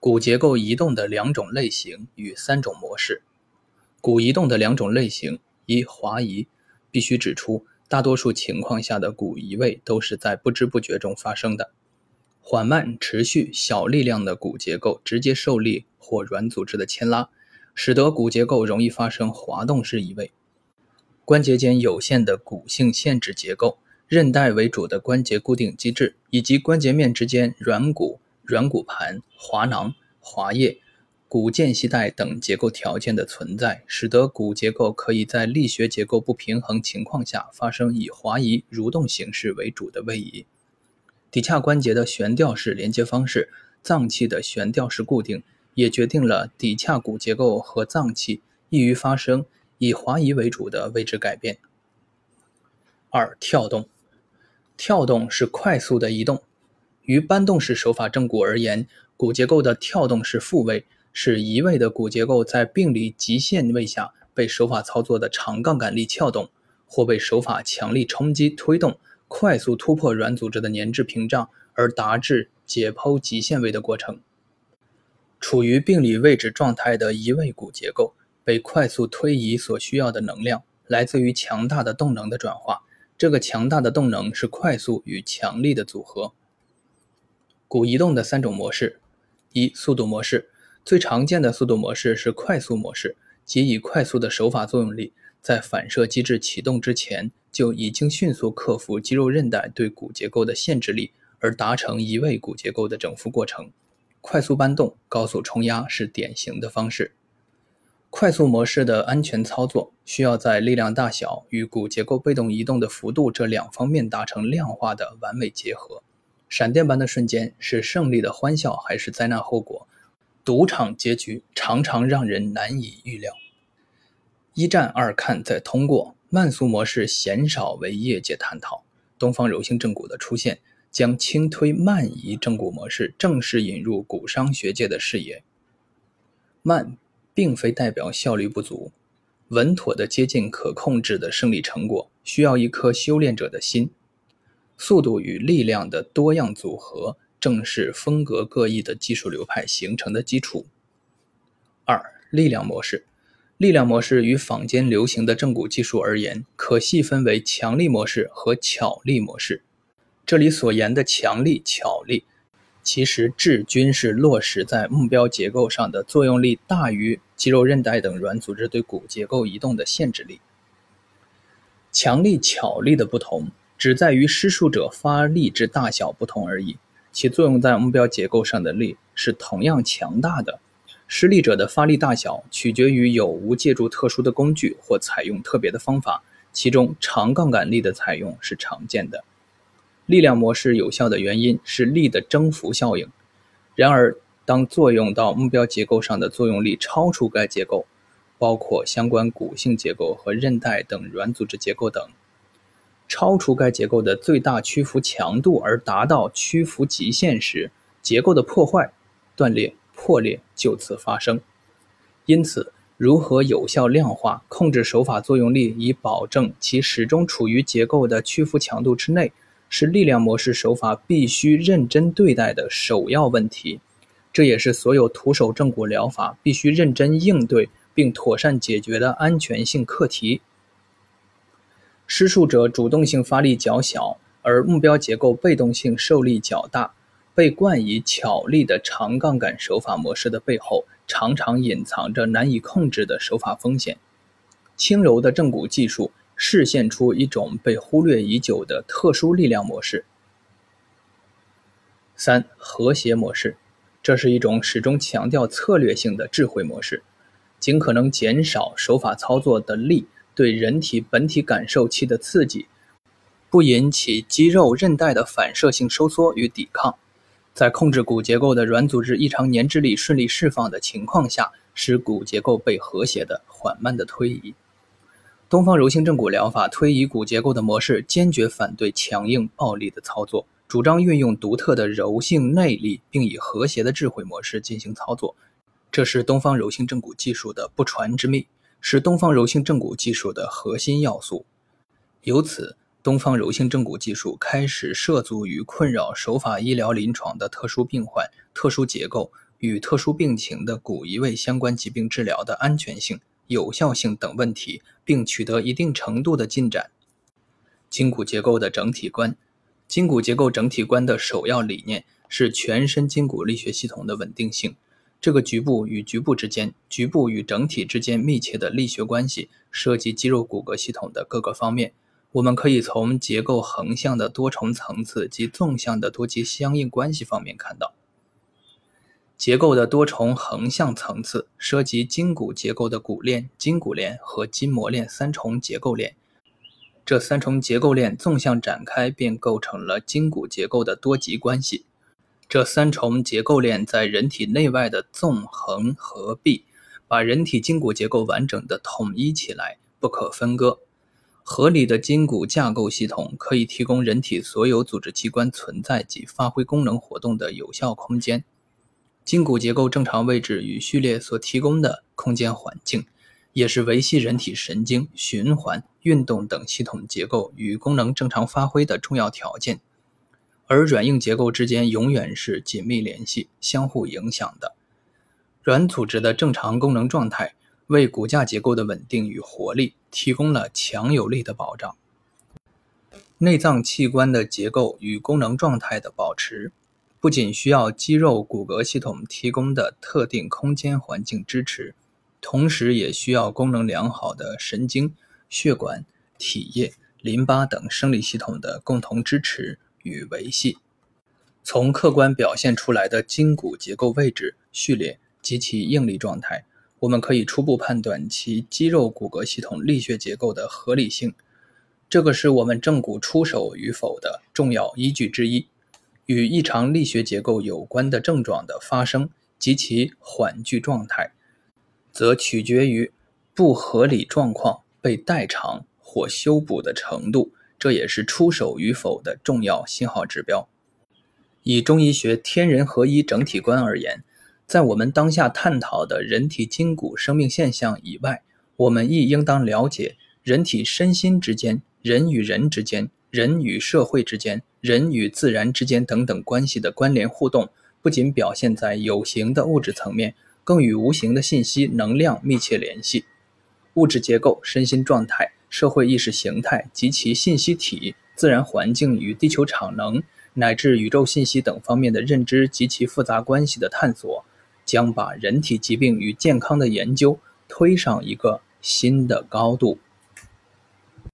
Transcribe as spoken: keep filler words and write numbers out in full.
骨结构移动的两种类型与三种模式。骨移动的两种类型：一、滑移。必须指出，大多数情况下的骨移位都是在不知不觉中发生的。缓慢、持续、小力量的骨结构直接受力或软组织的牵拉，使得骨结构容易发生滑动式移位。关节间有限的骨性限制结构、韧带为主的关节固定机制，以及关节面之间软骨、软骨盘、滑囊、滑液、骨间隙带等结构条件的存在，使得骨结构可以在力学结构不平衡情况下发生以滑移、蠕动形式为主的位移。骶髂关节的悬吊式连接方式、脏器的悬吊式固定，也决定了骶髂骨结构和脏器易于发生以滑移为主的位置改变。二、跳动。跳动是快速的移动。于搬动式手法正骨而言，骨结构的跳动式复位是移位的骨结构在病理极限位下被手法操作的长杠杆力撬动，或被手法强力冲击推动，快速突破软组织的粘滞屏障而达至解剖极限位的过程。处于病理位置状态的移位骨结构被快速推移所需要的能量来自于强大的动能的转化，这个强大的动能是快速与强力的组合。骨移动的三种模式。一、速度模式。最常见的速度模式是快速模式，即以快速的手法作用力在反射机制启动之前就已经迅速克服肌肉韧带对骨结构的限制力，而达成移位骨结构的整复过程。快速搬动、高速冲压是典型的方式。快速模式的安全操作需要在力量大小与骨结构被动移动的幅度这两方面达成量化的完美结合。闪电般的瞬间是胜利的欢笑还是灾难后果？赌场结局常常让人难以预料。一战二看再通过，慢速模式鲜少为业界探讨。东方柔性正骨的出现，将轻推慢移正骨模式正式引入骨伤学界的视野。慢并非代表效率不足，稳妥的接近可控制的胜利成果，需要一颗修炼者的心。速度与力量的多样组合，正是风格各异的技术流派形成的基础。二、力量模式。力量模式与坊间流行的正骨技术而言，可细分为强力模式和巧力模式。这里所言的强力、巧力，其实至均是落实在目标结构上的作用力大于肌肉韧带等软组织对骨结构移动的限制力。强力、巧力的不同，只在于施术者发力之大小不同而已，其作用在目标结构上的力是同样强大的。施力者的发力大小取决于有无借助特殊的工具或采用特别的方法，其中长杠杆力的采用是常见的。力量模式有效的原因是力的征服效应，然而当作用到目标结构上的作用力超出该结构，包括相关骨性结构和韧带等软组织结构等，超出该结构的最大屈服强度而达到屈服极限时，结构的破坏、断裂、破裂就此发生。因此，如何有效量化控制手法作用力以保证其始终处于结构的屈服强度之内，是力量模式手法必须认真对待的首要问题。这也是所有徒手正骨疗法必须认真应对并妥善解决的安全性课题。施术者主动性发力较小，而目标结构被动性受力较大，被冠以巧力的长杠杆手法模式的背后，常常隐藏着难以控制的手法风险。轻柔的正骨技术示现出一种被忽略已久的特殊力量模式。三、和谐模式。这是一种始终强调策略性的智慧模式，尽可能减少手法操作的力对人体本体感受器的刺激，不引起肌肉韧带的反射性收缩与抵抗，在控制骨结构的软组织异常粘滞力顺利释放的情况下，使骨结构被和谐的缓慢的推移。东方柔性正骨疗法推移骨结构的模式坚决反对强硬暴力的操作，主张运用独特的柔性内力，并以和谐的智慧模式进行操作。这是东方柔性正骨技术的不传之秘，是东方柔性正骨技术的核心要素。由此，东方柔性正骨技术开始涉足于困扰手法医疗临床的特殊病患、特殊结构与特殊病情的骨移位相关疾病治疗的安全性、有效性等问题，并取得一定程度的进展。筋骨结构的整体观。筋骨结构整体观的首要理念是全身筋骨力学系统的稳定性。这个局部与局部之间、局部与整体之间密切的力学关系，涉及肌肉骨骼系统的各个方面。我们可以从结构横向的多重层次及纵向的多极相应关系方面看到。结构的多重横向层次涉及筋骨结构的骨链、筋骨链和筋膜链三重结构链。这三重结构链纵向展开，便构成了筋骨结构的多极关系。这三重结构链在人体内外的纵横合璧，把人体筋骨结构完整的统一起来，不可分割。合理的筋骨架构系统可以提供人体所有组织器官存在及发挥功能活动的有效空间。筋骨结构正常位置与序列所提供的空间环境，也是维系人体神经、循环、运动等系统结构与功能正常发挥的重要条件。而软硬结构之间永远是紧密联系、相互影响的。软组织的正常功能状态为骨架结构的稳定与活力提供了强有力的保障。内脏器官的结构与功能状态的保持，不仅需要肌肉骨骼系统提供的特定空间环境支持，同时也需要功能良好的神经、血管、体液、淋巴等生理系统的共同支持与维系。从客观表现出来的筋骨结构位置、序列及其应力状态，我们可以初步判断其肌肉骨骼系统力学结构的合理性。这个是我们正骨出手与否的重要依据之一。与异常力学结构有关的症状的发生及其缓聚状态，则取决于不合理状况被代偿或修补的程度，这也是出手与否的重要信号指标。以中医学天人合一整体观而言，在我们当下探讨的人体筋骨生命现象以外，我们亦应当了解人体身心之间、人与人之间、人与社会之间、人与自然之间等等关系的关联互动，不仅表现在有形的物质层面，更与无形的信息、能量密切联系。物质结构、身心状态、社会意识形态及其信息体、自然环境与地球场能，乃至宇宙信息等方面的认知及其复杂关系的探索，将把人体疾病与健康的研究推上一个新的高度。